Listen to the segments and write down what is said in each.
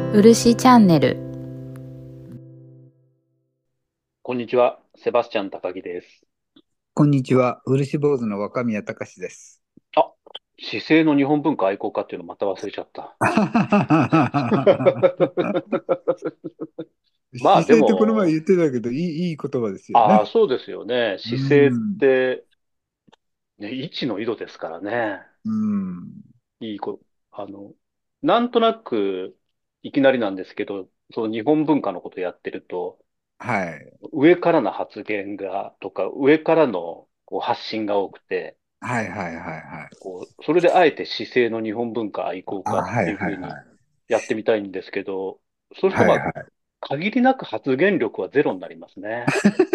漆チャンネル。 こんにちは、セバスチャン高木です。 こんにちは。漆坊主の若宮隆です。 あ、姿勢の日本文化愛好家っていうのまた忘れちゃった。まあで姿勢ってこの前も、 言ってたけど、いい言葉ですよね。 そうですよね。 う姿勢っん。 て、ね、一の井戸ですからね。 うん。 いいこ、あの、なんとなく、いきなりなんですけど、その日本文化のことやってると、 はい。 上からの発言とか、上からの発信が多くて、 はいはいはいはい。 それであえて姿勢の日本文化愛好家っはいはいていうふうにはい。 やってみたいんですけど、そうするとはいはい。 限りなく発言力はゼロになりますね。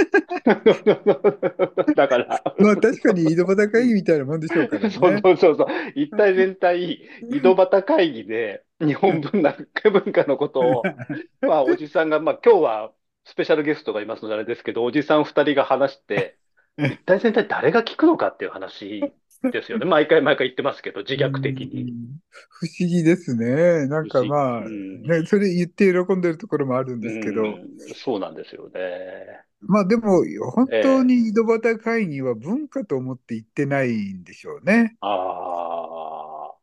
だから、 まあ確かに井戸端会議みたいなもんでしょうからそうね。 そうそうそう、一体全体、井戸端会議で日本文化のことを、おじさんが、今日はスペシャルゲストがいますのであれですけど、おじさん二人が話して、一体全体誰が聞くのかっていう話ですよね。毎回毎回言ってますけど、自う虐的に。 ん。不思議ですね。なんか不思議。 まあ、 うん。 ね、それ言って喜んでるところもあるんうですけど、 ん。そうなんですよね。 まあでも本ええ。 当に井戸端会議は文化と思って言ってないんでしょうね。 ああ、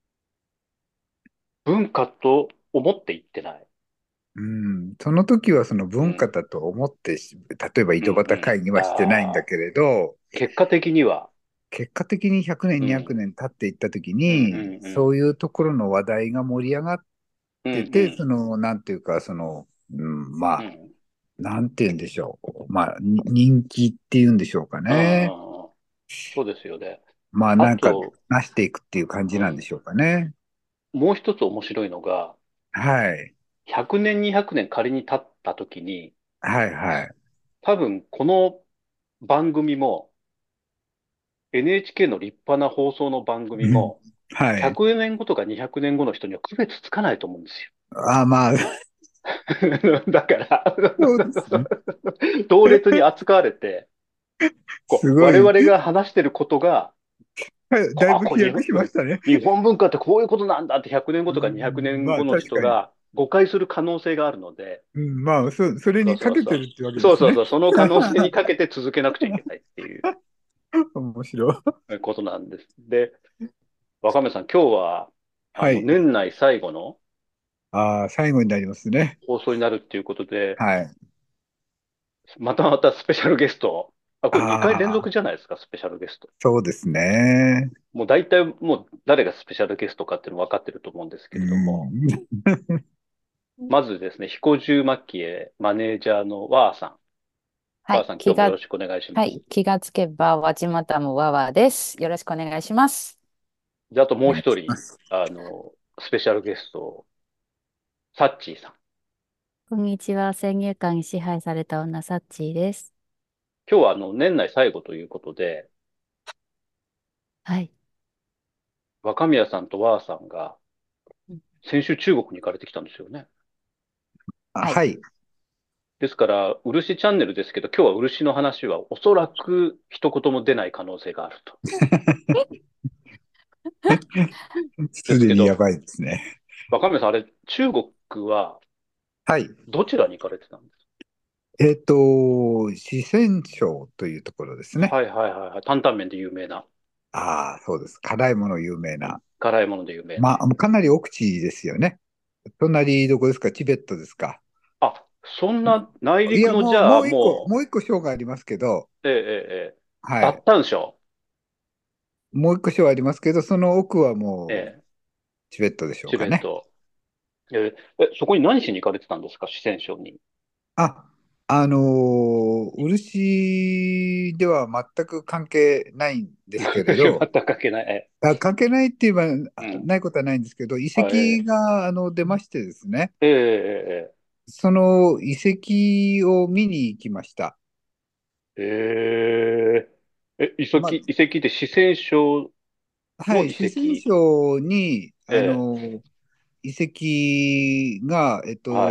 文化と思って言ってない。 うん、その時はそのうん。 文化だと思って例えば井うん、 戸端会議うん。 はしてないんだけれど、 結果的には、 結果的に100年、200 うん。 年経っていった時うん、 に、 うん、うん。 そういうところの話題が盛り上がっうん、 てて、 うん。 なんていうか、まあ、 うん。 なんていうんでしょう。まあ、人気っていうんでしょうかうん、 ね。 うんうん。そうですよね。 まあ、なんか、 あと、 出していくっていう感じうん。 なんでしょうかね。 もう一つ面白いのが、 はい。 100年、200年仮に経った時に、 はい、はい。 多分この番組も、NHK の立派な放送の番組うん。 も、 はい。 100年後とか200年後の人には区別つかないと思うんですよ。 あ、まあ、 だからそうですね。 同列に扱われて、我すごい。 々が話してることが、 はい、だいぶ飛躍しましたね。 日本文化ってこういうことなんだって100年後うとか200 ん、まあ年後の確かに。 人が誤解する可能性があるので、 うん、まあそれにかそうそうそけてるってわけう。 ですね。 その可能性にかけて続けなくちゃいけないっていう面白い。 ことなんです。で、若宮さん、今日は、 はい。 年内最後のああ、最後になりますね。 放送になるっていうことで、 はい。 またまたスペシャルゲスト。これ2回連ああ、 続じゃないですか、スペシャルゲスト。 そうですね。 もう大体もう誰がスペシャルゲストかっていうの分かってると思うんですけうれども、 ん。 まずですね、彦十巻へマネージャーのワーさん。 はい、 ワーさん、今日もよろしくお願いします。 気がつけば、わちまたもわわです。よろしくお願いします。 で、あともうお願い一人、 します。 スペシャルゲスト、サッチーさん。 こんにちは。先入観に支配された女、サッチーです。 今日は年内最後ということで、 はい。 若宮さんとワーさんが先週中国に行かれてきたんですよね。 あ、 はい。 はい。 ですから、漆チャンネルですけど、今日は漆の話はおそらく一言も出ない可能性があると。ですすけど、 でにやばいですね。 若宮さん、あれ、中国ははい。 どちらに行かれてたんです四川省というところですね。 か？はいはいはいはい。担々麺で有名な、 ああ、そうです。辛いもの有名な。 辛いもので有名な。 まあ、かなり奥地ですよね。隣どこですか？チベットですか？ そんな内いや、 陸のじゃあもう一個省がありますけど、 ええ、ええ、ええ脱はい。 炭省。 もう一個省ありますけど、その奥はもうええ、 チベットでしょうチベかね。 ット。そこに何しに行かれてたんですか、四川省に。 あ、漆では全く関係ないんですけれど、 全く関係ない。 関係ないって言えばうん。 ないことはないんですけど、遺はい、 跡が出ましてですね、 ええ、ええ、 その遺跡を見に行きました。ま遺跡で四川省はい、 の遺四川跡。 省に、 ええ、 遺跡が、 はい。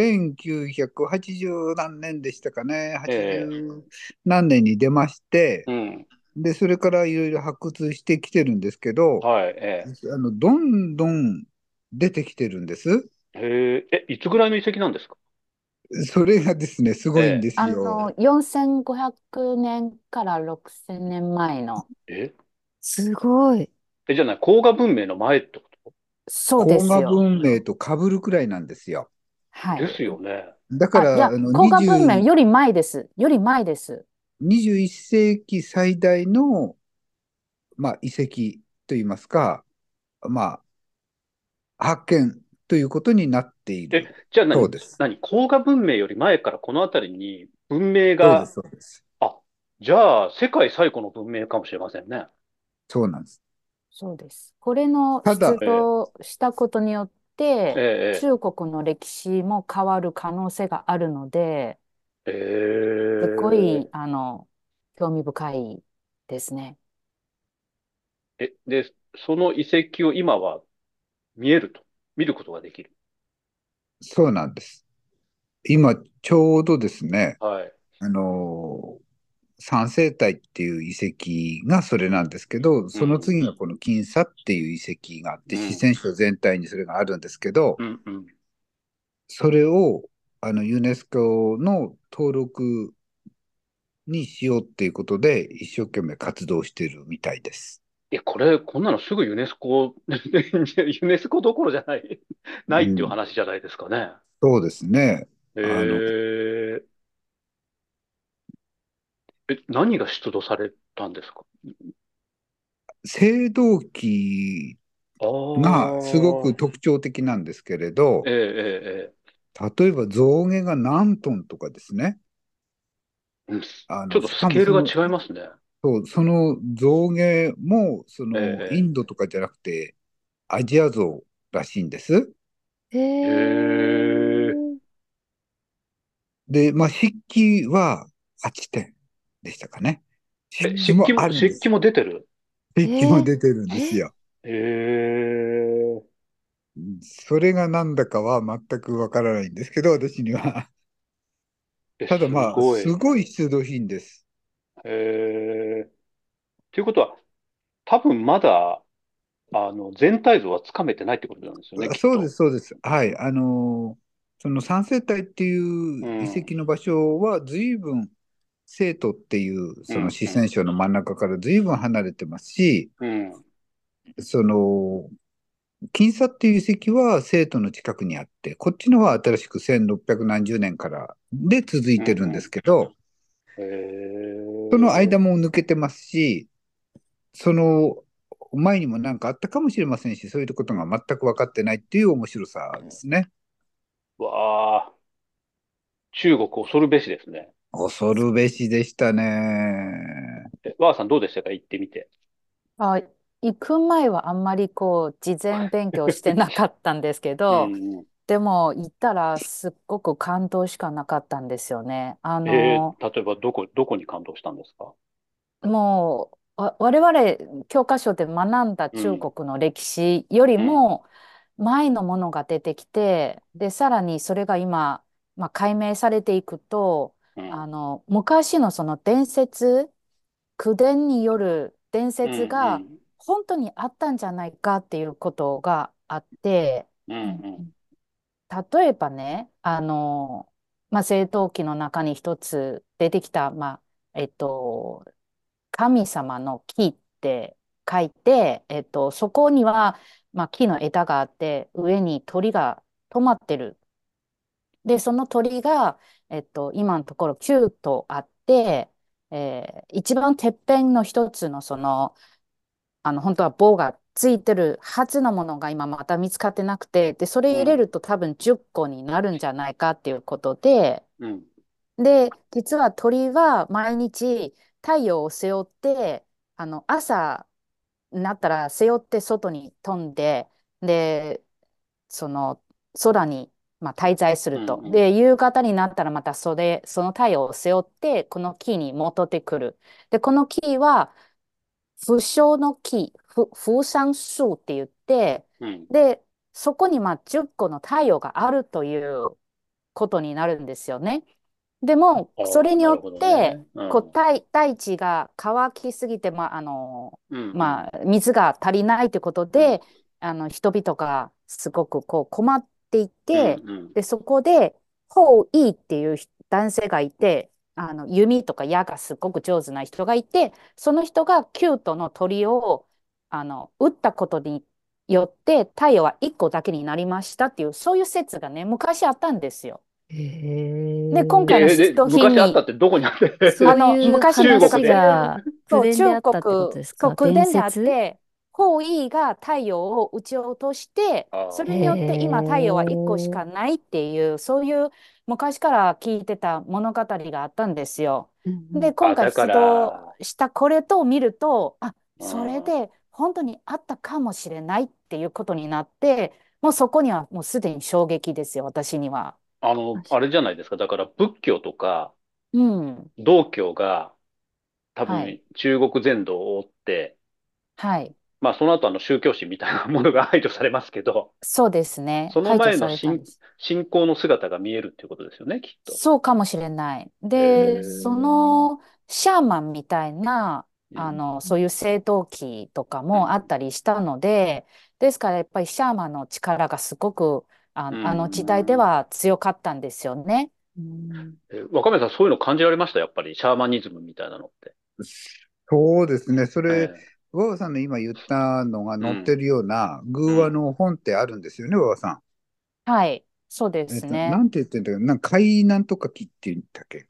1980何年でしたかね、 ええ、 80何年に出まして、 うん。 で、それからいろいろ発掘してきてるんですけど、 はい、ええ。 どんどん出てきてるんです。 いつぐらいの遺跡なんですか？ それがですね、すごいんえですよ。 4500年から6000年前の。 え、 すごい。 じゃない、黄河文明の前ってことそうで黄河すよ。 文明と被るくらいなんですよ。 はい。 ですよね。 あ、いだから、 や、黄河文明より前です。より前です。 21世紀最大の、遺跡といいますか、ま発見ということになっているじゃあそうです。 黄河文明より前からこの辺りに文明が、 そうです、そうです。 あ、じゃあ世界最古の文明かもしれませんね。 そうなんです。 そうです。これのただ、 出え土したことによっえ、 て、 え中国の歴史も変わる可能性があるので、 え、 すごい、 え興味深いですね。 で、その遺跡を今は見えると、見ることができる。 そうなんです。今、ちょうどですね、 はい。 あの三星体っていう遺跡がそれなんですけど、そのうん、 次がこの金沙っていう遺跡があって、四うん、 川省全体にそれがあるんですけど、 うん、うん。 それをユネスコの登録にしようっていうことで、一生懸命活動してるみたいです。 こんなのすぐユネスコ、ユネスコどころじゃない、ないっていううん、 話じゃないですかね。 そうですね。 えあの、 ー、何が出土されたんですか？ 青銅器あがすごくあ、 特徴的なんですけれど、 ええ。 例えば象牙が何トンとかですね。 うん、ちょっとしスケールがかも違いますね。 その象牙も、イえンドとかじゃなくて、アジアゾウらしいんです。 へえええ、 え。 で、筆記は8点でしたかね。 う筆記もあるんです。 漆器も出てる。 筆記もえ出てるんですえ、 よ。 ええ、 それが何だかは全くわからないんですけど、私には。ただすごい。 すごい出土品です。 ということは、多分まだ、全体像はつかめてないってことなんですよね、きっと。 そうです、そうです。はい。その三星体っていう遺うん、 跡の場所は随分成都っていうそのうん、うん、 四川省の真ん中から随分離れてますし、 うん、 その金沙っていう遺跡は成都の近くにあって、こっちの方は新しく1600何十年からで続いうん、 てるんですうん。 けど、その間も抜けてますし、その前にも何かあったかもしれませんし、そういうことが全く分かってないっていう面白さですね。 わあ、中国恐るべしですね。 恐るべしでしたね。 わあさんどうでしたか、行ってみて。 あ、行く前はあんまり事前勉強してなかったんですけど、 うん、うん。 でも行ったらすっごく感動しかなかったんですよね。 例えばどこに感動したんですか？ もう、我々教科書で学んだうん、 中国の歴史よりうん、 も前のものが出てきて、で、さらにそれが今、解明されていくと、 うん、 昔のその伝説、口伝による伝うん、 説がうん、 本当にあったんじゃないかっていうことがあって、 うん、うん、 例えばね、青銅器の中に一つ出てきた、神様の木って書いて、そこには、木の枝があって、上に鳥が止まってる。で、その鳥が、今のところ9頭あって、一番てっぺんの一つの本当は棒がついてるはずのものが今また見つかってなくて、で、それ入れうん、 ると多分10個になるんじゃないかっていうことで、 うん、 で、実は鳥は毎日太陽を背負って、朝になったら背負って外に飛んで、で、その空に滞在すると。 うん、 で、夕方になったらまたその太陽を背負って、この木に戻ってくる。で、この木は、不詳の木、風山樹って言って、 うん。 で、そこに10個の太陽があるということになるんですよね。でも、 ああ、 それによっなるほどて、 ね。うん、 大地が乾きすぎて、 うん、 水が足りないということうん、 で、人々がすごく困っっていっうんて、 うん。 で、そこで、ホウイっていう男性がいて、弓とか矢がすごく上手な人がいて、その人がキュートの鳥を、撃ったことによって、太陽は1個だけになりましたっていう、そういう説がね、昔あったんですよ。 へで、今回え。 ので、 使徒品に、 昔あったってどこにあってそういう昔の中国話で。 が口そう、 伝であ中ったってこと国、そう、 ですか？ 空伝であっ伝説？ て、方位が太陽を撃ち落として、 あそへれによって今太陽は1個しえ。 かないっていう、そういう昔から聞いてた物語があったんですよ。で、 うんあ、 今回だか出土ら、 したこれと見ると、あ、 うん、 それで本当にあったかもしれないっていうことになって、もうそこにはもうすでに衝撃ですよ、私には。 あれじゃないですか。だから仏教とかうん。 道教が多はい。 分中国全土を覆って、 はい。 まあその後宗教心みたいなものが排除されますけど、 そうですね。 その排除さ前のれたんです。 信仰の姿が見えるっていうことですよね、きっと。 そうかもしれない。 へで、そえ。 のシャーマンみたいな、 うん、 そういう正統期とかうん、 もあったりしたので、ですからやっぱりシャーマンの力がすごく、 うあの時代でん。 は強かったんですよね。 うん。 若宮さん、そういうの感じられました？やっぱりシャーマニズムみたいなのって。 そうですね。それ、 ええ。 和和さんの今言ったのがうん、 載ってるような偶話うん。 の本ってあるんですよね、和和さはい、そうでん。なすね。 んて言ってんだけど、海なんとか記って言ったっけ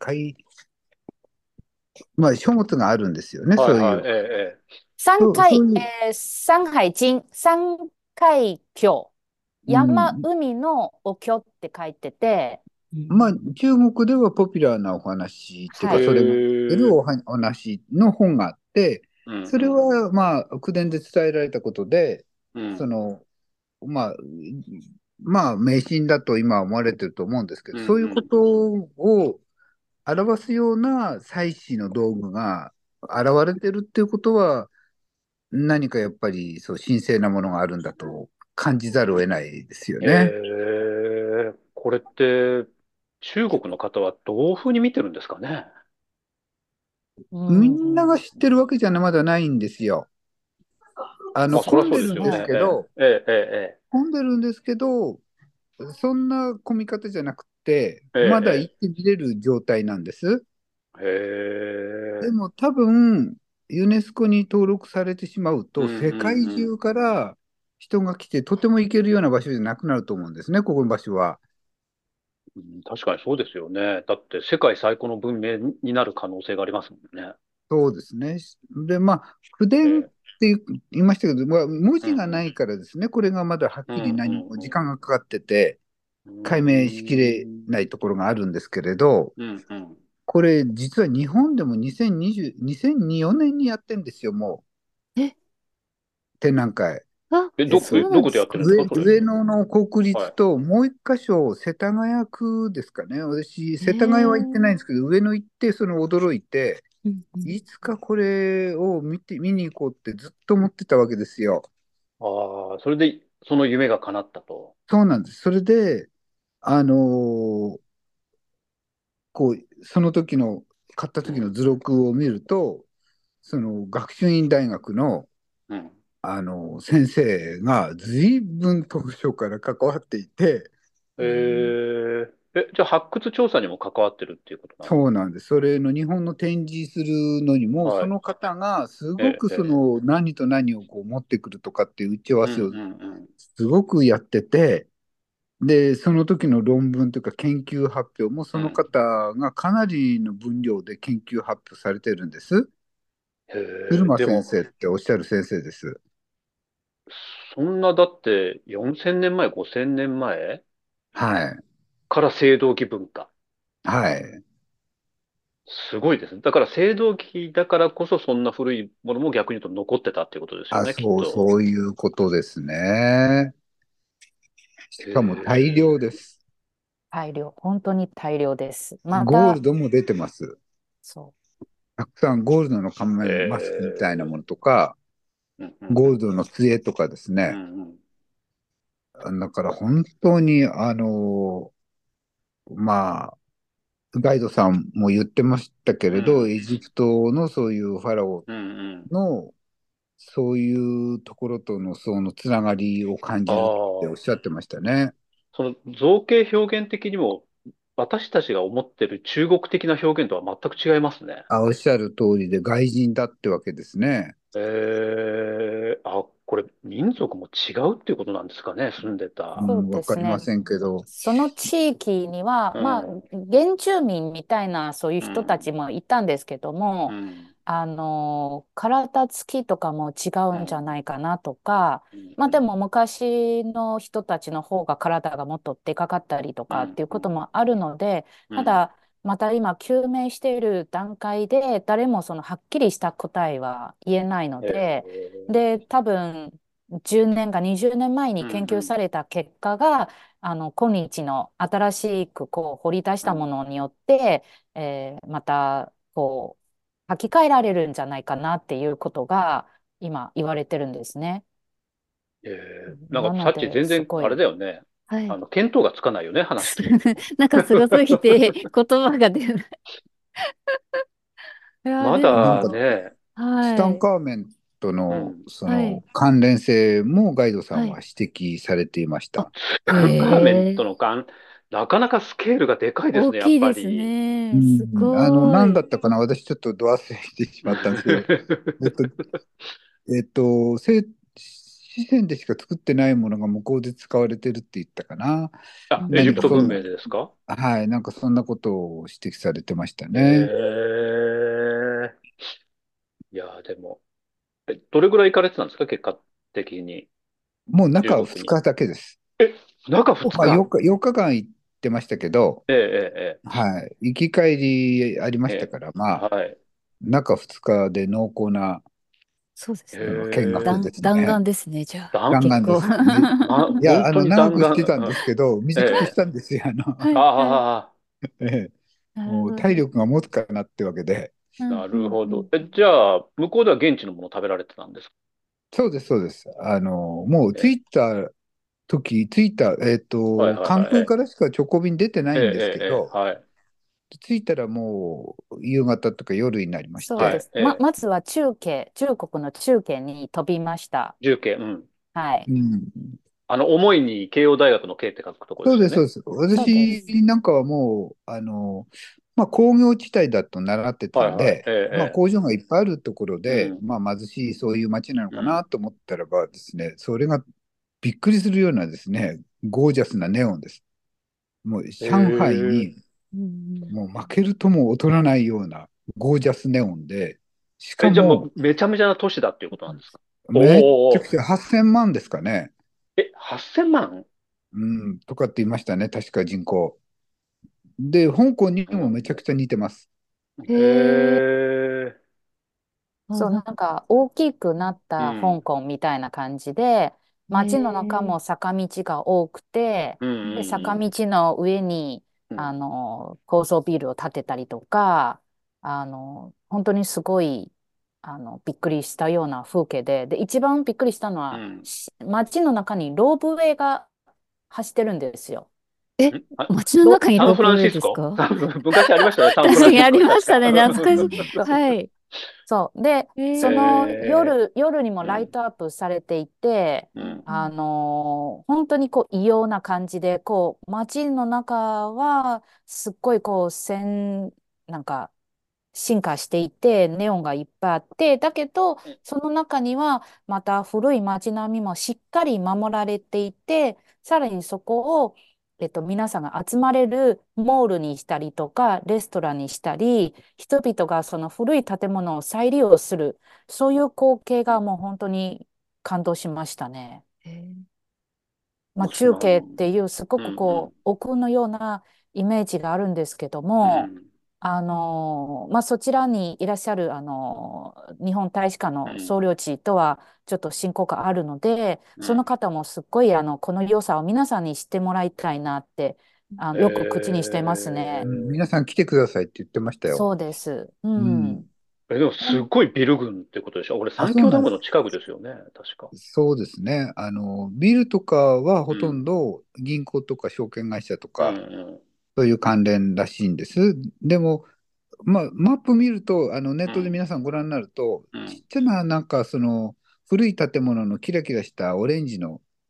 まあ書物があるんですよね、 はいはい、 そういう。そういう、 山海经、山海峡、 う山、 ん。 海のお経って書いてて、 うまあ、 ん。 中国ではポピュラーなお話っていうか、 はい。 それが載ってるへえ。 お話の本があって、 うん、 それうん、 はまあ、口伝で伝えられたことで、 うん、 その、まあ、まあ、迷信だと今は思われてると思うんですけど、 うん、 そういうこうん。 とを表すような祭祀の道具が現れてるっていうことは、何かやっぱりそう神聖なものがあるんだと感じざるを得ないですよへね。 え。これって、中国の方はどういうふうに見てるんですかね？ うみんながん。 知ってるわけじゃまだないんですよ。 まあ、そりゃ混んそうでるんですですよね。 けど、混んでるんですけど、そんな混み方じゃなくて、 えまだ行え、 ってみれる状態なんです。 ええ、へえ。 でも多分、ユネスコに登録されてしまうと、 うん、 世うん、うん。 界中から人が来て、とても行けるような場所じゃなくなると思うんですね、ここの場所は。 うん、確かにそうですよね。だって世界最古の文明になる可能性がありますもんね。 そうですね。で、まあ、口伝ってええ、 言いましたけど、まあ、文うん、 字がないからですね、これがまだはっうん、 きり何うん、 も時うん。 間がかかってて、 う解明しきれん、 ないところがあるんですけれど、 うん、うん。 これ実は日本でも2024年にやってんですよ、もえ、 う展覧会。 あ、そうなんどこでですか？ やってるんですか、それ？ 上野の国はい。 立ともう一箇所世田谷区ですかね。私、 え世田谷は行ってないんえ。 ですけど、上野行ってその驚いて、 うんうん。 いつかこれを見に行こうってずっと思ってたわけですよ。 ああ、それで、その夢が叶ったと。 そうなんです。それで、あのーその時の、買ったうん、 時の図録を見ると、その学習院大学の、 うん。 先生が随分当初から関わっていて、 じゃあ発掘調査にも関わってるっていうことなんですそうなんです。それの日本の展示するのにか？ も、そはい。 の方がすごくええ。 何と何を持ってくるとかっていう打ち合わうん、 せをうん、うん。 すごくやってて、で、その時の論文というか研究発表もそのうん。 方がかなりの分量で研究発表されてるんです。 へえ、 鶴間でも、 先生っておっしゃる先生です。 そんな、だって4000年前、5000年前はい。 から青銅器文化。 はい。 すごいですね。だから青銅器だからこそそんな古いものも逆に言うと残ってたっていうことですよあ、 ね、きっと。 そういうことですね。しへかも大量でえ。 す。 大量、本当に大量です。まゴールた、 ドも出てます。 そたくさんゴールドの仮へ面マスクみたいなものえ。 とか、 うんうんゴールドの杖とかですうん。 ね。 うんうん。 だから本当に、まあ、ガイドさんも言ってましたけれど、 うんエジプトのそういうファラオうんうん。 のそういうところとのそのつながりを感あじるっておっしゃあ、 ってましたね。 その造形表現的にも、私たちが思ってる中国的な表現とは全く違いますね。 あ、おっしゃる通りで外人だってわけですね。 これ民族も違うっていうことなんですかね、住んでた。 そうわですね。 かりませんけど。 その地域には、 うまあ、 ん、 原住民みたいなそういうう人たちん、 もいたんですけども、 うん、 体つきとかも違うんじゃうん、 ないかなとか、 うん、 まあでも昔の人たちの方が体がもっとでかかったりとうん、 かっていうこともあるので、 うん、 ただ、また今究明している段階で誰もそのはっきりした答えは言えないのえで、で、多分10年か20年前うん、 に研究うん、 された結果が、今日の新しくこう掘り出したもうん。 のによって、またこう書き換えられるんじゃないかなっていうことが今言われてるんですね。 なんかさっきなので全然あれすごい。 だよね。 はい。 見当がつかないよね、話聞いてても。 なんかすごすぎて言葉が出ない。いやー、 までなんか、 だも、 ね、 ツタンはい。 カーメンとのうん。 そのはい。 関連性もガイドさんはい。 は指摘されていましあ、 た。 ツタンカーメンへえ、 とのなかなかスケールがでかいです大ね、やっきいですぱり。 うね。すん、何だごい。 ったかな、私ちょっとド忘れしてしまったんですけど、えっと、四川でしか作ってないものが向こうで使われてるって言ったかな。 あ、エジプト文明何かそんな、 でですか？ はい、なんかそんなことを指摘されてましたね。 えいやー、でも、どれぐらい行かれてたんですか、結果的に、 もう中2 中国に。 日だけです。 中2 まあ日。 4日間行ってましたけど、 ええ、 はい、行き帰りありまええ、 したから、まあ、 はい。 中2日で濃厚なそうですね。 見学で弾すね。 丸ですね、じゃあ。 弾、 弾結構。 丸です。いや、 本当に長弾丸。 くしてたんですけど、 え短くしえ、 たんですよ。 はい、はい。 ああ、 ええ、 なるもうほど。 体力が持つかなってわけで。 うん、 なうん、 るほど。 うん。 じゃあ、向こうでは現地のもの食べられてたんですか？ そうです、そうです。もうええ、 着いた、 はいはい関はい。 空からしか直行便出てなええ、 いんですけええ、ええ、 ど、 はい。 着いたらもう夕方とか夜になりまして、 はい。 そうです。まずは中国の中継に飛びました。 重慶、うん。 はい。 うん、 重いに慶応大学の慶って書くところそうです、そうですよね。 です。 そうです。 私なんかはもう、まあ、工業地帯だと習ってたはいはい。 んで、 えまあ、 え、 工場がいっぱいあるところで、 ええ。うん、 まあ、貧しいそういう町なのうん。 かなと思ったらばですね、それがびっくりするようなですね、ゴージャスなネオンです。もうへ上海え。 にうん、 もう負けるとも劣らないようなゴージャスネオンで、しかじゃあももうめちゃめちゃな都市だっていうことなんですか？おめっちゃくーおーおちゃ8000万ですかね。 8000万？ うん、とかって言いましたね、確か人口。で、香港にもめちゃくちゃ似てます。 へへえ、 え。 そう、なんあ、 か大きくなったうん。 香港みたいな感じで、 へ街の中え、 も坂道が多くて、 うんで、坂うん道の上に、 うん。うん。 高層ビルを建てたりとか、本当にすごい、びっくりしたような風景で、で、一番びっくりしたのは、 うん。 街の中にロープウェイが走ってるんですよ。 え、街の中にサンフランロープウェイシスコですか？ 昔ありましたね、サンフ確かにあランシスコにりましたね。 確か。 懐かしい。 うんそうはい。 そう。で、 へそのえ夜にもうん。 ライトアップされていて、 うん。 うん、 本当にこう異様な感じで、こう街の中はすっごいこうなんか進化していて、ネオンがいっぱいあって、だけど、その中にはまた古い街並みもしっかり守られていて、さらにそこを、皆さんが集まれるモールにしたりとか、レストランにしたり、人々がその古い建物を再利用する、そういう光景がもう本当に感動しましたね。 へえ、 まあ、 すまん。 中継っていうすごうん、 くこう奥のようなイメージがあるんですけどうん、 も、 うん、 まあ、そちらにいらっしゃる、日本大使館うん、 の総領事とはちょっと親交があるので、 うん。 その方もすっごいこの良さを皆さんに知ってもらいたいなって、よく口にしてますね。 うん、皆さん来てくださいって言ってましたよ。 そうです。ううん。 ん。 でもすっごいビル群ってことでしょ？俺、 あ、 三そうなんです。 峡ダムの近くですよね、確か。 そうですね。ビルとかはほとうん、 んど銀行とか証券会社とうん、 か、 うん、 そういう関連らしいんです。でも、まあ、マップ見ると、ネットでうん、 皆さんご覧になると、 うん。 ちっちゃな、なんか、その、古い建物のキラキラしたオレンジの、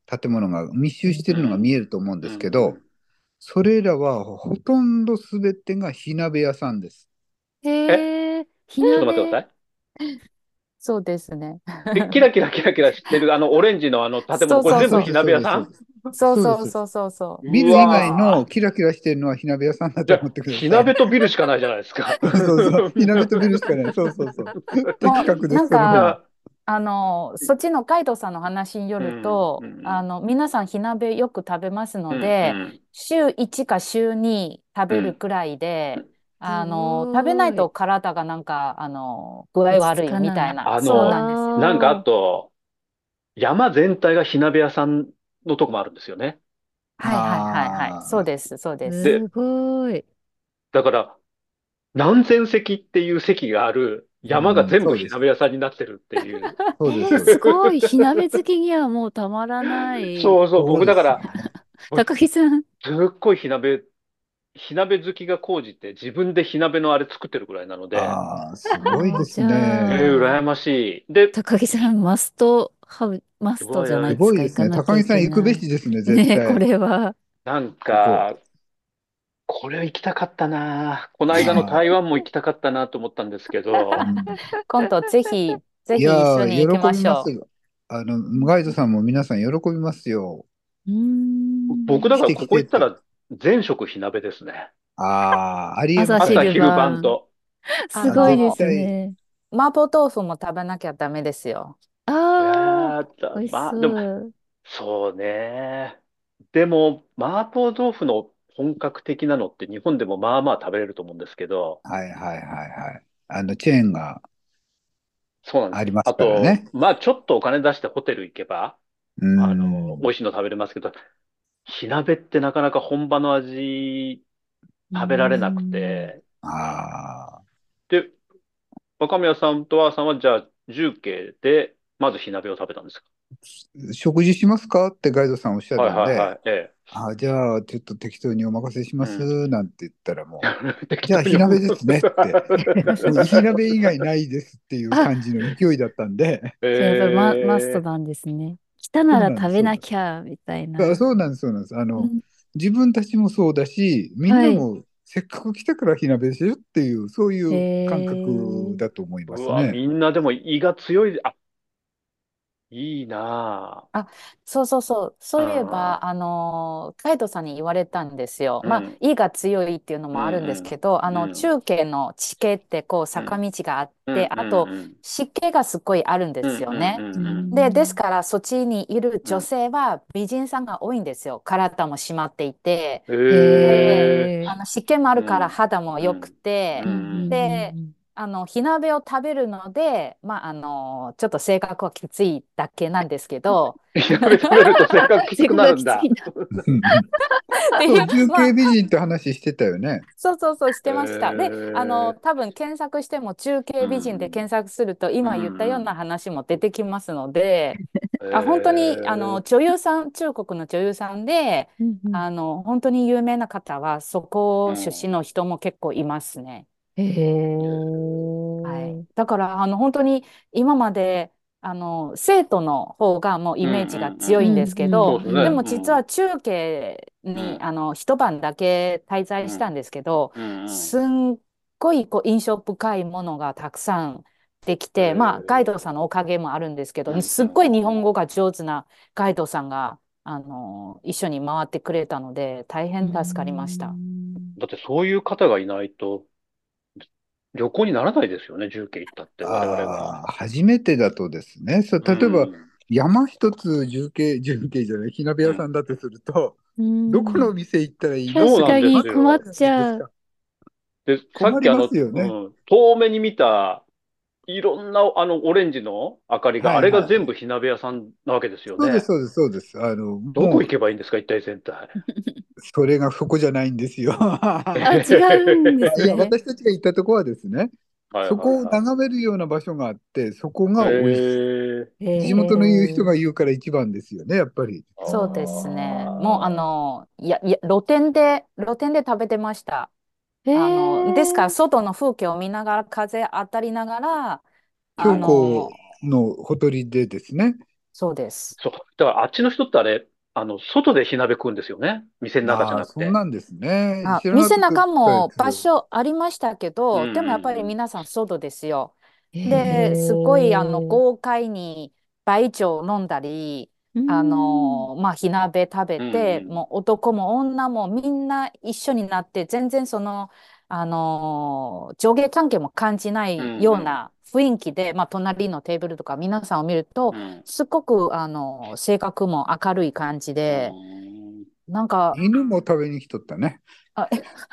建物が密集してるのが見えると思うんうですけど、 ん。 それらはほとんどすべてが火鍋屋さんです。 え、 へえ、火ちょっと待ってく鍋。 ださい。 そうですね。 キラキラキラキラしてる、オレンジの建物、 そうこれ全部火そうそう。 そうです、そうです、 鍋屋さん？ そうです。 そうそうです、そうです。 そうそうそうそう。 ビうル以外のわキラキラしてるのは火鍋屋さんだー。じゃあ、 と思ってください。 火鍋とビルしかないじゃないですか。 そうそうそう。火鍋とビルしかない。そうそうそう。的もう、 確です、 なんその方が。 か、そっちのガイドさんの話によるうん、うと、 ん、 皆さん火鍋よく食べますうん、うので、 ん、 週1か週2食べるうん。 くらいで、 す食べないとごい。 体がなんか、具合落ち着悪いよかない。 みたいな、 あそうなんの、 ですよ。 なんかあわあ、 と、山全体が火鍋屋さんのとこもあるんですよね。 はいはいはいはい。そうあです、そうです。 で、 すごい。 だから、何千席っていう席があるあ、 山が全部そうです。 火鍋屋さんになってるっていう。 そうです、そうです。 すごい。火鍋好きにはもうたまらない。 そうそう、 そうです。 僕だから、 高木さん。 すっごい火鍋好きが高じて自分で火鍋のあれ作ってるぐらいなので、 ああ、すごいですじね。 羨ゃあ、 ましい。で、 高木さん、マストじゃなすいですか。 ごいですね。 行かなきゃい高木さん行くべけない。 しですね、絶ねえ、こ対。 れは。 なんここ。 か、これ行きたかったな。この間のああ、 台湾も行きたかったなと思ったんですけど、 うん。 今度ぜひ、ぜいひ一やー、 緒に行き喜びますましょよ。ガイドさんも皆さん喜びますよ。 うーん。 僕だからこ来て来てって。 こ行ったら全食火鍋ですね。 ああ、ありえま朝、 すよね。 朝昼昼晩。 晩と。 すあ、絶ごいです対。 ね。 麻婆豆腐も食べなきゃダメですよ。 ああ、美味しまあ、でも、 そう。 そうね。でも、麻婆豆腐の本格的なのって日本でもまあまあ食べれると思うんですけど、 はいはいはいはい。チェーンがそうなんです。 ありますからあと、 ね。 まあちょっとお金出してホテル行けば、 うー美ん。 味しいの食べれますけど、火鍋ってなかなか本場の味うー食べられなくん。 て、 ああ。 で、若宮さんとわさんはじゃあ、重慶で、まず火鍋を食べたんですか？ 食事しますかってガイドさんおっしゃはいるんで、 はいはい。ええ。 あ、じゃあ、ちょっと適当にお任せしまうん。 す、なんて言ったらもう、 適当じゃあ、火に思う。 鍋ですねって、もう火鍋以外ないですっていうあ、 感じの勢いだったんで、 じゃあやっぱりマストええ。 なんですね。来たならそうなんです、 食べなそうなんです。 きゃ、みたいな。 そうなんです、そうなんです。 うん、 自分たちもそうだし、みんはい。 なもせっかく来たから火鍋でしょっていう、そういへう感覚え。 だと思いまうわ、 すね。 みんなでも胃が強い。あ、いいなあ、そうそうそう。そういえば、 ぁ。 カイトさんに言われたんですよ。まあ、 うん、 胃が強いっていうのうん、 もあるんですうん、 けど、 うん、 中継の地形ってこううん、 坂道があっうん、 て、 うん、 あとうん、 湿気がすごいあるんでうん、うん、 すよね。 うですん。 からそっちにいる女うん。 性は美人さんが多いんですよ。体も締まっていて。 へへえ。 え。 湿気もあるからうん、 肌も良くうん、うて、 うん、うで、 ん、 火鍋を食べるので、まあ、ちょっと性格はきついだけなんですけど、 火鍋食べると性格きつく性格がなるんだ。 きついな。 っていう、 そう、重まあ、 慶美人って話してたよね。 そうそうそう、しへてました。で、 え。 多分検索しても中う継美人でん、 検索すると、 う今言ったようん、 な話も出てきますので、 へ本当に、 え。 女優さん、中国の女優さんで、 うん、うん。 本当に有名な方は、そこ出うん。 身の人も結構いますね。 へはい。 え。 だから、本当に今まで、生徒の方がもうイうん、 メージがうん、うん。 強いんですうん、うん、 けど、 そうですね。 でもうん、 実は中継に、 うん、 一晩だけ滞うん、 在したんですけど、 うん、うん。 すんごいこう印象深いものがたくさんできへて、まあ、ガイドさんのえ。 おかげもあるんですけど、 うん、うん、 すっごい日うん。 本語が上手なガイドさんが、一緒に回ってくれたので、大う変助かりました。 ん。 だってそういう方がいないと旅行にならないですよね、重慶行ったって我々が。 初めてだとですね、 う例えばん、 山一つ重慶じゃない、火鍋うん。 屋さんだとすると、 うどこのおん。 店行ったらいいのってそうなんで確かにすよ。 困っ困るじゃなちゃう。 いですか。 で、さっ困りまきすよね。 遠目に見たいろんなオレンジの明かりが、あれがはいはい。 全部火鍋屋さんなわけですよそうです、 ね。 そうです、そうです。 どこもう、 行けばいいんですか、一体全体。 それがそこじゃないんですよ。 あ、違うんですいや、 ね。 私たちが行ったとこはですね、 はいそこをはいは眺めるような場所があって、そこい。 が美味しい。 へ地元の言う人がえ。 言うから一番ですよね、やっぱり。 そうですね。もうあ露店で食べてました。 へですからえ。 外の風景を見ながら風当たりながら、あ京ー、うん。 子の、 のほとりでですね、 そうです。 そう。だからあっちの人ってあれ、外で火鍋食うんですよね。店の中じゃああ、 なくて。 そうなんですね。知らなか店中ったでも場す。 所ありましたけうんど、でもやっぱりうん皆さん外ですよ。 へで、すごいえ。 豪快に白茶を飲んだり、 うーん。 火鍋食べうん。うて、 んもう男も女もみんな一緒になって、全然上下関係も感じなうん。 いよううんな雰囲気で、隣のテーブルとか皆さんを見ると、 うん。 すごく、性格も明るい感じうで、 ん。 なんか、 犬も食べに来とったね。 あ、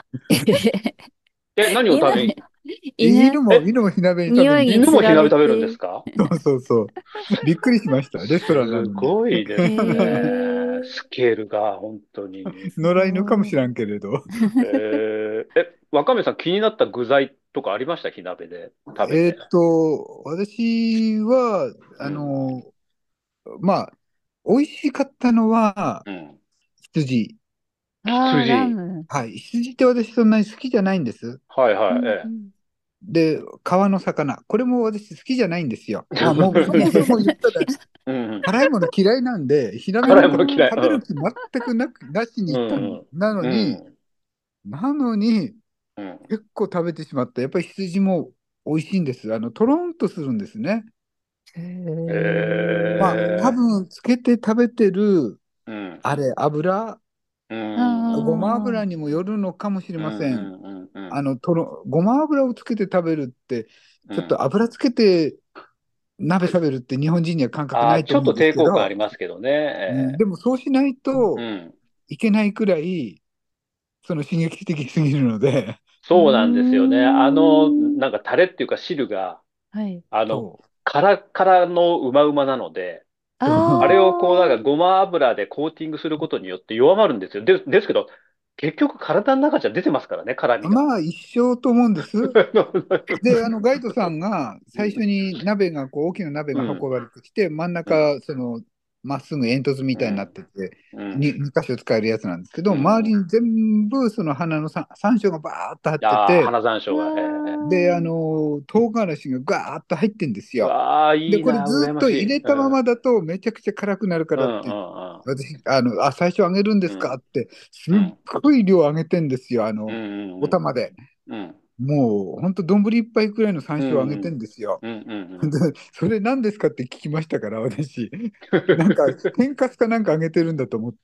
何を犬、 食べに、 犬、 え、 犬も火鍋に食べ匂いに来た。 犬もにつら火鍋食べるんですれて。 か？ そうそうそう。びっくりしました。レストランなすのに。 ごいでへすね。 え。 スケールが、本当に。 す野良犬かもごい。 しらんけれど。 若宮さん気になった具材とかありました火鍋で食べて。 私は、 うん。 まあ、美味しかったのはうん。 羊。 ああ、ラ羊。 ム。 はい。羊って私そんなに好きじゃないんです。 はいはい。 うんうん。 で、川の魚。これも私好きじゃないんですよ。 えまあ、もうそもそも言ったらうん。 辛いもの嫌いなんで、火鍋辛いなんかもの嫌い。 食べる気全くなしにう行ったの。 ん。うん。 なのに、 うん。 結構食べてしまった。やっぱり羊も美味しいんです。とろんとするんですね。 へまあ、多え。 分、つけて食べてる、 うん。 あれ、 うあごまん。 油にもよるのかもしれうん。 ません。 うん。うん。 ごま油をつけて食べるって、ちょっうん。 と油つけて鍋食べるって日本人には感覚ああ、 ないと思うんちょっとですけど、 抵抗感ありますけどね。 でもそうしないとうん。 いけないくらい、その刺激的すぎるので、 うーそうなんですよね。 ん。 なんかタレっていうか汁が、 はい。 あの、 そう、 カラカラのうまうまなので、 あそう、 あれをこう、なんかあ。 ごま油でコーティングすることによって弱まるんですよ。ですけど、結局体の中じゃ出てますからね、辛みが。 まあ一緒と思うんです。で、ガイドさんが最初に大きな鍋が運うん、 ばれてきて、真んうん、 中、まっすぐ煙突みたいになっうん、 てて、 うん、 2箇所使えるやつなんですけど、 うん。 周りに全部その花の山椒がバーっと張ってああ、 て、 花山椒が。 で、唐辛子がガーッと入ってんですよ。 わあ、 で、 いいな、 これずっ羨ましい。 と入れたまうん、 まだとめちゃくちゃ辛くなるかうん、うらって、 ん、 私、最初揚げるんですかうん、 って、すっうん、 ごい量揚げてんですよ、 うん、うん、 お玉で。 うん、 もう、ほんと丼一杯くらいの山うん、 椒を揚げてうん、 んですよ。 うん、うん、うで、 ん。 それ何ですかって聞きましたから、私。なんか、天かすかなんか揚げてるんだと思って。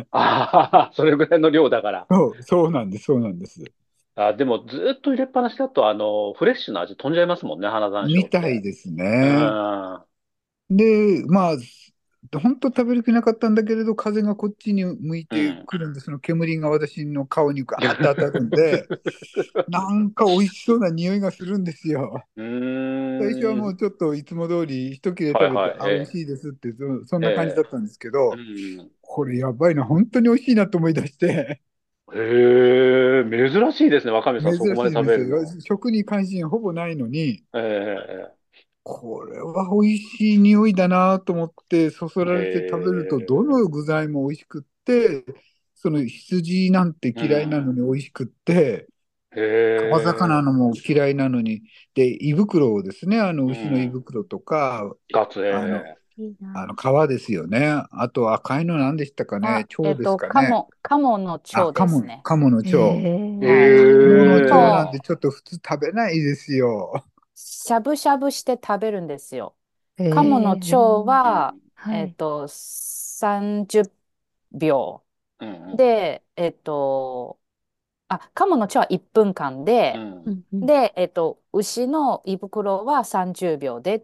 ああ、それぐらいの量だから。 そうなんです、そうなんです。 でもずっと入れっぱなしだと、フレッシュな味飛んじゃいますもんね、花山椒みって。 たいですうね。 ん。 で、まあ、本当食べる気なかったんだけれど、風がこっちに向いてうん。 くるんで、その煙が私の顔にガーッと当たるんで、なんか美味しそうな匂いがするんですよ。 う最初はーん。 もうちょっといつも通り一切れ食べて、 はいはい。 あ、美味しいですって、そんな感じだえったんですけうど、 ん。 これやばいな、本当に美味しいなと思い出して、 へえ、珍しいですね、若宮さん、 珍そこまで食しいです。 べるの。 食に関心ほぼないのに、 えこれは美味しい匂いだなと思ってそそられて食べるとどえの具材も美味しくって、その羊なんてう嫌いなのん。 に美味しくって、 へ川魚え、 のも嫌いなのに、で、胃袋をですね、 う牛の胃ん。 袋とか、 ガツ、 あの、 いいな。 皮ですよね。あと赤いの何でしたかね、腸ですかね。 鴨の腸ですね。 鴨の腸。 へへはい。 鴨のえ、 腸なんてもちょっと普通食べないですよ。 しゃぶしゃぶして食べるんですよ。 え。 鴨の腸うは、 ん。 はい。 30 うん。 秒で、鴨の腸は1分間で、 うん。 うんうん。 で、牛の胃袋は30秒でって、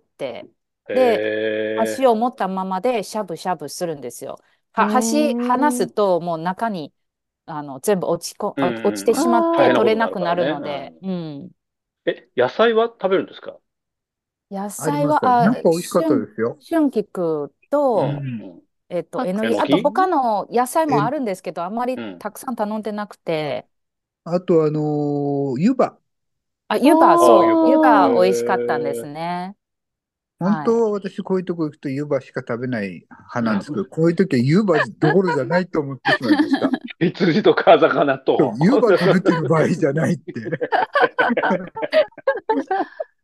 へで、箸え、 を持ったままでしゃぶしゃぶするんですよ。 へ箸離すえ。 ともう中に全部うん落ちてうんうん。 しまっ大変なことて取れになるからね。 なくなるので、 うん。 うん。 野菜は食べるんですか？ 野あります。 菜は、 なんか美味しかったですよ。 春菊うと、 ん。 うん。 うん。 パクえのき、あとえのき他チー。 の野菜もあえ、 るんですけど、あんまりうん。 たくさん頼んでなくて、 あと、湯葉。 ああ、湯湯葉。へ葉おー。 美味しかったんですえ。 ね。 本はい。 当は私、こういうとこ行くと湯葉しか食べない派なんですけど、こういう時は湯葉どころじゃないと思ってしまいました。 羊とか魚そう、 と。 湯葉食べてる場合じゃないって。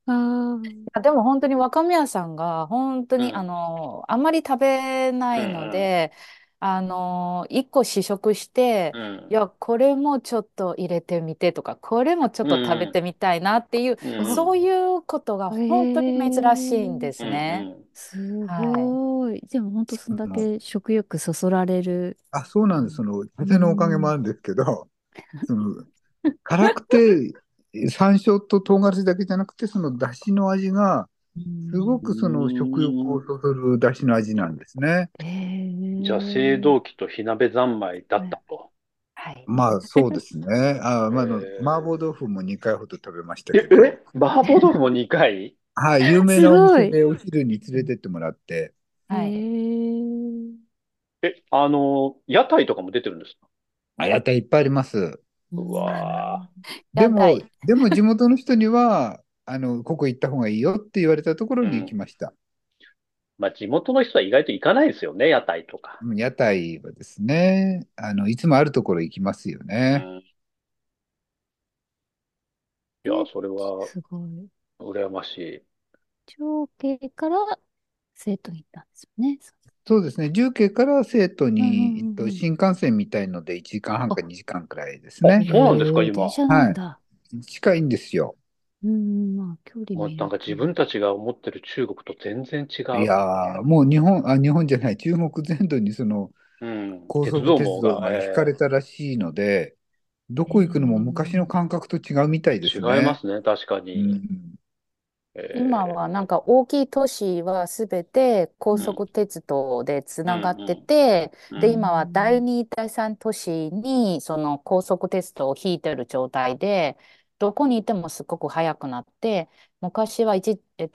あでも本当に若宮さんが本当にうん。 あんまり食べなうんいのうん。 で、一個試食して、 うん。 いや、これもちょっと入れてみてとか、これもちょっうと食べてん。 みたいなっていう、 うん。 あ。 そういうことがあ、 本当に珍しいんでうん。 すね。 うん。 すはい。 ごい。でも本当そんだけ食欲そそられる。 そうなんです。 うん。う風のおかげもあん。 るんですけど、辛くて、山椒と唐辛子だけじゃなくて、その出汁の味が、 うすごうくその食欲をーん。 そそる出汁の味なんですね。 へじゃあ、青え。 銅器と火鍋三昧だっはい。 たと。 はい。 まあそうですね。麻婆え豆腐も2回ほど食べましたけど、 麻婆豆腐も2回？ はい、有名すなお店ごい。 でお昼に連れてってもらって、 へはい。 え。 屋台とかも出てるんですか？ 屋台いっぱいあります。 ううわん。 でも、 屋台。 でも地元の人には、ここ行った方がいいよって言われたところー。うに行きん。 ました。 まあ、地元の人は意外と行かないですよね、屋台とか。 屋台はですね、いつもあるところ行きますよね。 うん。いや、 で、 それはすごい。 羨ましい。 長慶から生徒に行ったんですよね。 そうですね、重慶から生徒に、 うんうんうんうん。 新幹線みたいので1時間半か2時間くらいですあ、 ね。 そうなんですか、 へえ、電今。 車なはい。 んだ。 近いんですよ。 うん、まあ、距離もうなんか自見ると。 分たちが思ってる中国と全然違いう。 やー、もう日本じゃない、中国全土にそのうん。 高鉄速鉄道道網が、 が引かれたらしいので、どへこ行くのも昔のえ。 感覚と違うみたいで違すね。 いますね、確かうに。 ん。 今はなんえか大きい都市はすべて高うん、 速鉄道でつうん、 ながってうて、 ん、うで、 うん。 今は第ん。 2、第3都市にその高速鉄道を引いてる状態で、どこにいてもすごく速くなって、昔は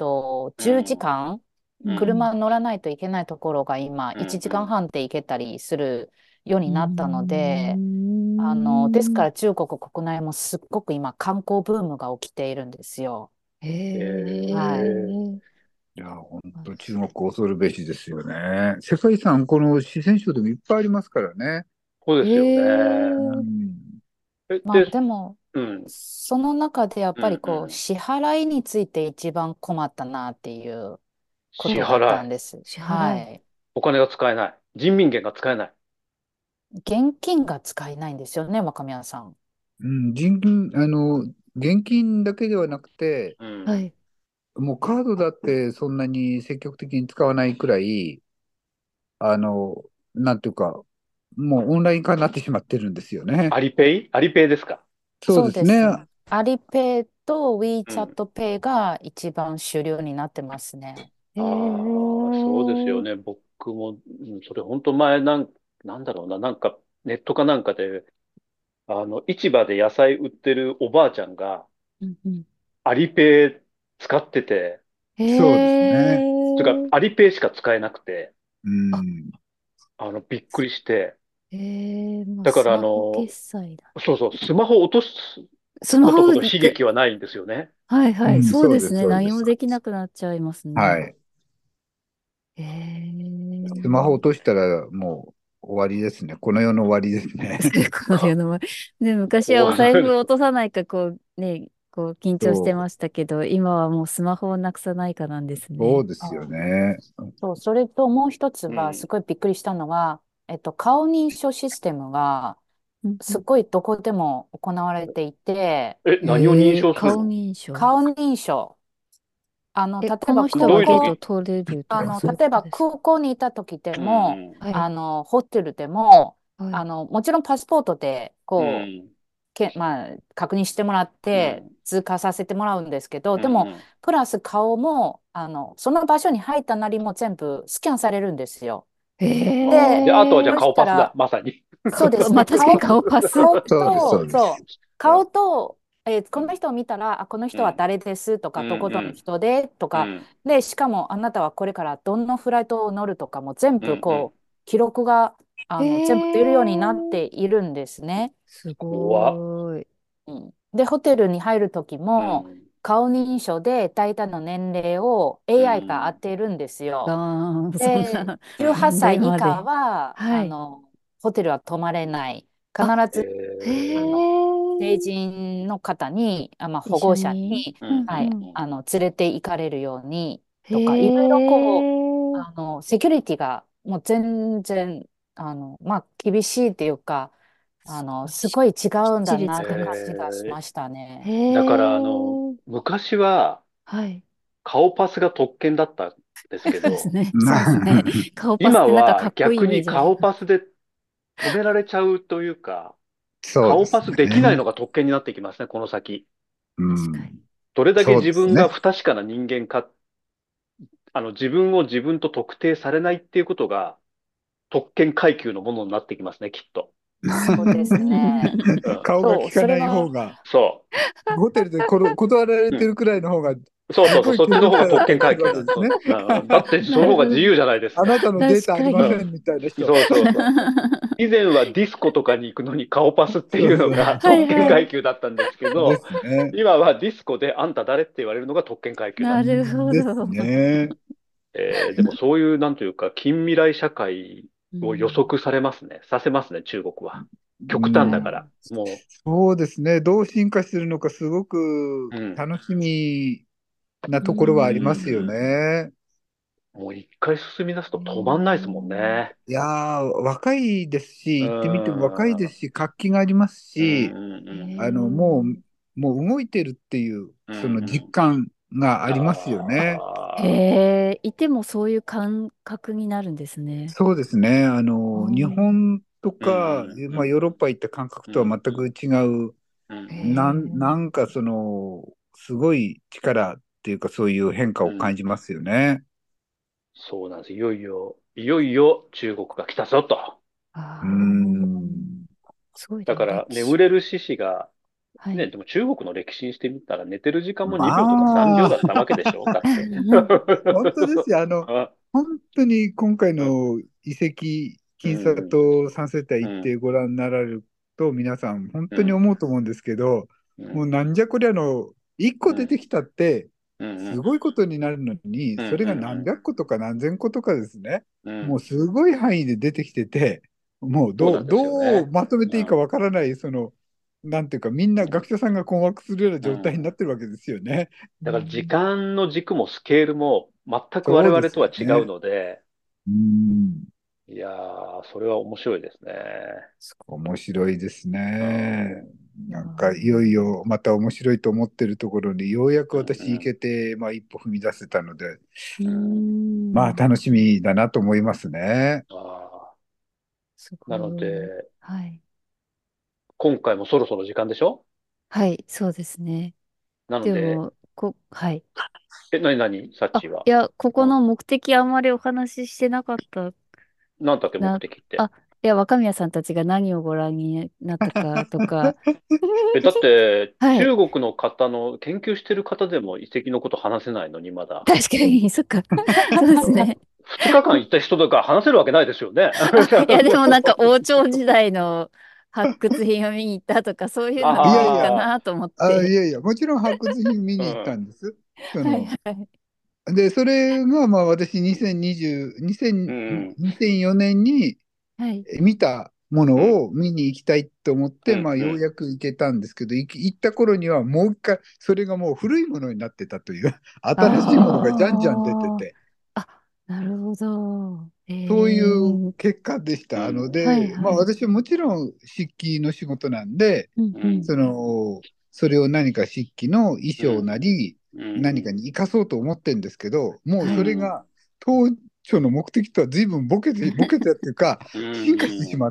10時うん、 間うん、 うん車乗らないといけないところが今うん、 1 うん。 時間半で行けたりするよううになったので、ですかん。 ら中国国内もすっごく今観光ブームが起きているんですよ。 へはい。 え。 いや、本あ、 当中国恐るべしですよね。世界遺産、この四川省でもいっぱいありますからね。 そうですよへね。 うえ。 ん。 まあで、 でも、 うん、 その中でやっうん、 ぱりうん。 支払いについて一番困ったなっていうこ支とだった払い。 んです。 支払い。 はい。 お金が使えない。人民元が使えない。 現金が使えないんですよね、若宮さん。 うん、人金、現金だけではなくて、 うん。 はい。 もうカードだってそんなに積極的に使わないくらい、あの、なんていうか、もうオンライン化になってしまってるんですよね。 アリペイですか？ そうそうですね。 ですね。アリペイとうん。 WeChat ペイが一番主流になってますね。 へああ、そうですよえ。 ね。僕も、うんそれ本当前なんだろうな、なんかネットかなんかで、市場で野菜売ってるおばあちゃんがうんうん。 アリペイ使ってて、 へそうですね。 それからえ。 アリペイしか使えなくて、 うあ、 ん。 びっくりして、 へえ、もうだからスマホ決済だ。 そうそう、スマホ落とすスマことほど悲ホで、 劇はないんですよね。 はいはい、 うん、そうです、 そうですね。 そうです。 何もできなくなっちゃいますね。 はい。 へスマホ落え。 としたらもう終わりですね。この世の終わりですね。 この世の前。で、昔はおこ財布を落うとさないか、こうね、こう緊張してそましたけど、今はもうスマホをなくさないかなんですね。 そうですよあ、 ね。 そう、それともう一つはすうん。 ごいびっくりしたのは、顔認証システムがうんうん。 すごいどこでも行われていて、 何を認へえ、顔証するの？ 認証。 顔認証。 え、 例えこのば空人はちょっとどういう時？ 通れるとか、そういう例えばことですか？ 空港にいた時でうも、 ん、 はい、 ホテルでも、 はい。 もちろんパスポートで、 うん、 まあ、確認してもらってうん、 通過させてもらうんですけど、 うん、 でも、 うん。 プラス顔も、その場所に入ったなりも全部スキャンされるんですよ。 へで、 で、あとはじゃあそし顔パスだ、 たら、 まさに。 そうですね。 まあ確かに顔パス。 そうです、そうです。 顔と、 うん、 この人を見たら、この人はうん、 誰ですとか、どうん、 こどの人でとか、 うん、 で、しかもあなたはこれからどのフライトを乗るとかも全うん、うん。 部記録が、 へ全部出るようになっえ、 ているんですね。 す怖っ。 ごーい。 うん、で、ホテルに入るときも、 うん、 顔認証で大体の年齢をう AI が当ん、 てるんですよ。 ああ、そんで、 な 18 うん。 歳以下年齢まで。 は、 はい。 ホテルは泊まれない。必あ、 ず、 へえあの、 え、 成人の方に、まあ、保一緒護者に。 に、 うんはい、 うん連れて行かれるようにへとか、いろいろこう、 え。 セキュリティがもう全然、まあ、厳しいっていうか、すごい違うんだきっちりえなって感作られじがしーましたね。 だから、 へえ。 昔ははい。 顔パスが特権だったんですけど、 そうですね。そうですね。 な顔パスってなんか今はかっこいいイ逆にメージあり顔パスで止められちゃうというか、 そうです顔パスできないね。 のが特権になってきますね、この先。 う確かに。 ん。 どれだけそう自分がですね。 不確かな人間か、自分を自分と特定されないっていうことが特権階級のものになってきますね、きっと。 うーそうですね。 ん。 うん。 顔がそう、 利かないそれは、 方が、 そホテルで断られう。うん。 てるくらいの方が、 そうそうそう、 すごいそっちの権力者だった方が特権りするわ階級なんです。 けですね。 だってその方がなるほど。 自由じゃないですか。 あなたのデータあり確かに。 うん。 ませんみたいな人。 そうそうそう。以前はディスコとかに行くのに顔パスってそういうのそうが特権はいはい。 階級だったんですけでど、 すね。 今はディスコであんた誰って言われるのが特権階級だと。 なるほですど。 ね。 でもそういう、なんというか、近未来社会うを予ん。 測されますね。させますね、中国は。極うん、 端だから。 はい。 もそうですね。どう進化するのかすごくう、うん。 楽しみなうところはあうりますよん。 ね。 もう一回進み出すとへ止まんないですもんえ。 ね。 いやー、若いですうし、行ってみても若いですん。 し、活気がありますうんし、 うんへうんもう動いてるっていう、 うん。 その実うん感がうん。 ありますよね。 へああ。 え。いてもそういう感覚になるんですね。 そうですね。 あ日ー本とうんか、まあ、ヨーロッパ行った感覚とはうん全く違う、 うんへなえ。 んかすごい力っていうか、そういう変化を感うん。 じますよね。 そうなんです。いよいよ中国が来たぞと。 うーあん。 あ。すごい、でもだから歴史。 眠れる獅子が、ね、 はい。 でも中国の歴史にしてみたら寝てる時間も2秒とか3秒まあ、 だったわけでしょだって。 本当ですよ。 あ本当に今回うんの遺跡、 う金沙んと三世帯行ってうんご覧になられると、皆さん本当にうん思うと思うんですけど、もううんなんじゃこりゃの、一個出うんてきたって、 うんすごいことになるのに、 うんそれが何うん百個とか何千個とかですね、もううん。 すごい範囲で出てきてて、もうどそうなんですよね。 うまとめていいかうんわからない、なんていうか、みんな学者さんが困惑するような状態にうん。 なってるわけですよね。 うだから時ん。 間の軸もスケールも全く我そうです 々とは違うよね。 ので、 うん。 いやー、それは面白いですね。 面白いですうね。 んいやなんかいよいー、 よまた面白いと思ってるところにようやくうん私行けて、まあ一歩踏み出せたので、 うーうんうん。 まあん。 楽しみだなと思いますね。 あすなのごい。 で、 はい。 今回もそろそろ時間でしょ？ はい、そうですね。 なので、 でも、はい。 なになにサッチは。 いや、ここうん。 の目的あんまりお話ししてなかったなんだっけ、目な。 的って。 あ、いや、若宮さんたちが何をご覧になったかとか。 だって、 はい。 中国の方の、研究してる方でも遺跡のこと話せないのに、まだ。 確かに、そっか。そうですうん。 ね。 2日間行った人とか話せるわけないですよね。 あ、いや、でもなんか王朝時代の発掘品を見に行ったとか、そういうのでいいかいやいや、 ああ、 なと思って。 いやいや、もちろん発掘品見に行ったうん、 んです。 はいはい。 で、それがまあ私2020、 うん、 2004年にはい。 見たもうん、 のを見に行きたいと思って、 うん、 まあ、 うん。 ようやく行けたんですけど、行った頃にはもう一回、それがもう古いものになってたという、新しいものがじゃんじゃん出てあて、 あ。あ、なるほど。 そういうええ、 結果でした。 はいまあ、 はい。 私はもちろん漆器の仕事なんで、 うんうん。 それを何か漆器の衣装うん、 なり、 うん、 何かに生かそうと思ってるんですけど、もううん、 それうん、 が当初の目的とは随分ボケてっていうか、 う進化してしん。 まって、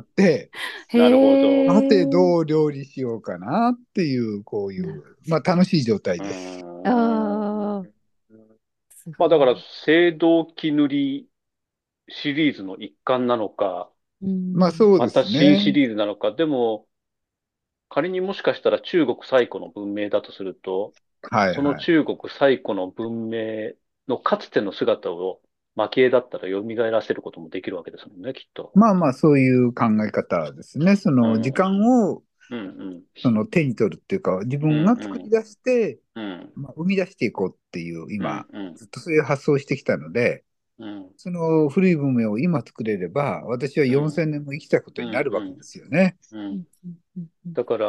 へなるほど。 さてえ。 どう料理しようかなっていう、こういう、 な、 まあ楽しい状態うです。 ん。 ああ、すまあだから、 ごい。 青銅器塗りシリーズの一環なのか、 うん。 まあそうでまた新シすね。 リーズなのか、でも、仮にもしかしたら中国最古の文明だとすると、そのはいはい。 中国最古の文明のかつての姿を蒔絵だったら蘇らせることもできるわけですもんね、きっと。 まあまあそういう考え方ですね。その時うん、 間をうん、 手に取るっていうか、自うん、 分が作りうん、 出して、 うん、 まあ、生み出していこうっていう、 うん、 今、 うん、 ずっとそういう発想をしてきたので、 うん、 その古い文明を今作れれば、私はうん、 4000年も生きたことうん、 になるわけでうん、 すよね。 うん。 うんうんうんうん。 だから、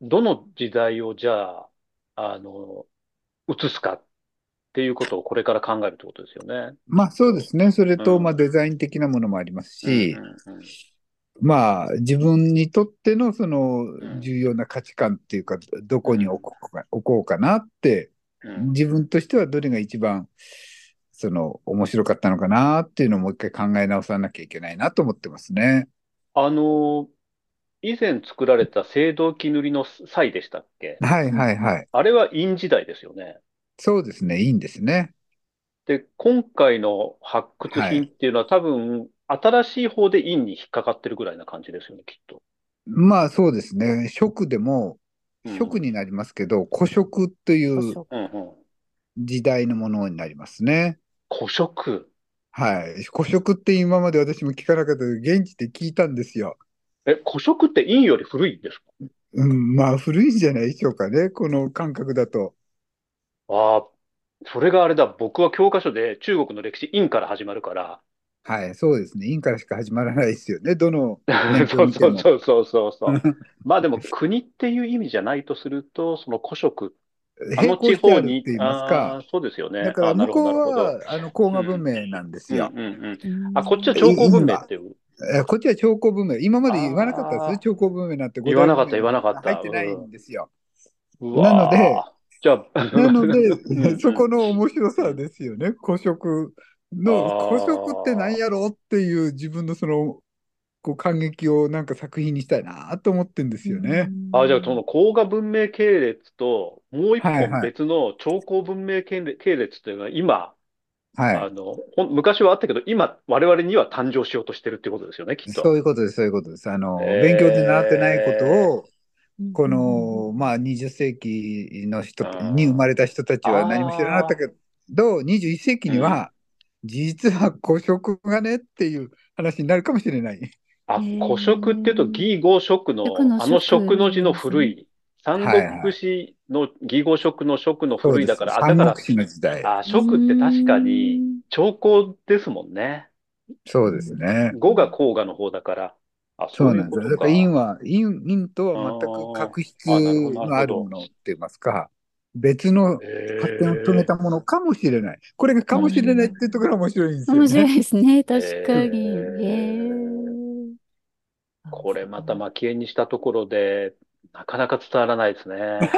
どの時代をじゃあ、映すかっていうことをこれから考えるってことですよね。 まあそうですね。それと、 うん、 まあデザイン的なものもありますうん、 し、 うん、 まあ自分にとってのそのうん、 重要な価値観っていうか、どこにうん、 置こうかなって、 うん。 自分としてはどれが一番その面白かったのかなっていうのをもう一回考え直さなきゃいけないなと思ってますね。 あの、以前作られた青銅器塗りの際でしたっけ？ はいうんうんはいはい。 あれは陰時代ですよね。 そうですね。いいんですね。 で、今回の発掘はい。 品っていうのは多分、新しい方で陰に引っかかってるぐらいな感じですよね、きっと。 まあそうですね。食でも、 うん、 食になりますけど、古食という古食。 うん、うん。 時代のものになりますね。 古色。 はい。古食って今まで私も聞かなかったけど、現地で聞いたんですよ。 古色って陰より古いんですか？ うん、まあ古いんじゃないでしょうかね。この感覚だと。 ああ、それがあれだ。僕は教科書で中国の歴史陰から始まるから、 はい。そうですね。インからしか始まらないですよね。どの年表そうそう見ても。 そうそうそうそう。まあでも国っていう意味じゃないとすると、その古色、あの地並行してあ方に、 るって言いますか。 ああ、そうですよね。ああ、なだから向るほど、なこうるほど。 は黄河文うん、 明なんですうん、 よ。 うん、うん。 うあ、こっちはん長江文明っインは。 ていう。 こっちは長江文明。今まで言わなかったですね。 ああ、 長江文明なんて五言わなかった、 大文明に言わなかった。 入ってないうん。 んですよ。 うなので、 わー。じゃあ、 なので、 うん、 そうん、 この面白さうん。 ですよね。 あ古色って何やあ。 ろうっていう自分のその、感激をなんか作品にしたいなと思ってんでうすよね。 あ、じゃあ、そんの黄河文明系列と、もう一本はいはい。 別の長江文明系列っていうのは今、 はい。 昔はあったけど、今、我々には誕生しようとしてるっていうことですよね、きっと。 そういうことです、そういうことです。勉強で習ってないことえを、 うんうんまあ、20世紀のー、 人に生あまれた人たあ、 ちは何も知らなかったああ、 けど、21世紀うん。 には、実は古色がねっていう話になるかもしれない。 あ、古色っていうと、 ええ義語食の、 食のあの食の字食の字のですね。 古い、三はい国はい。 志の義語食の食のそうです。 古いだから、あ、だから、 三国志の時代。 あ、 うー食って確かにん。 長江ですもんね。 そうですうんね。 語が黄河の方だから、あ、そういうこそうなんですよ。だからとか。 陰とあは全く確質あ、あ、なるほど、なるのあるもほど。 のって言いますか、別の発展を遂げえたものかもしれない。これがうかもしれないっていうところが面白いんですよ面白ね。 いですね。 ー、 確かに。 えあ、 これまた蒔絵にしたところで、なかなか伝わらないですね。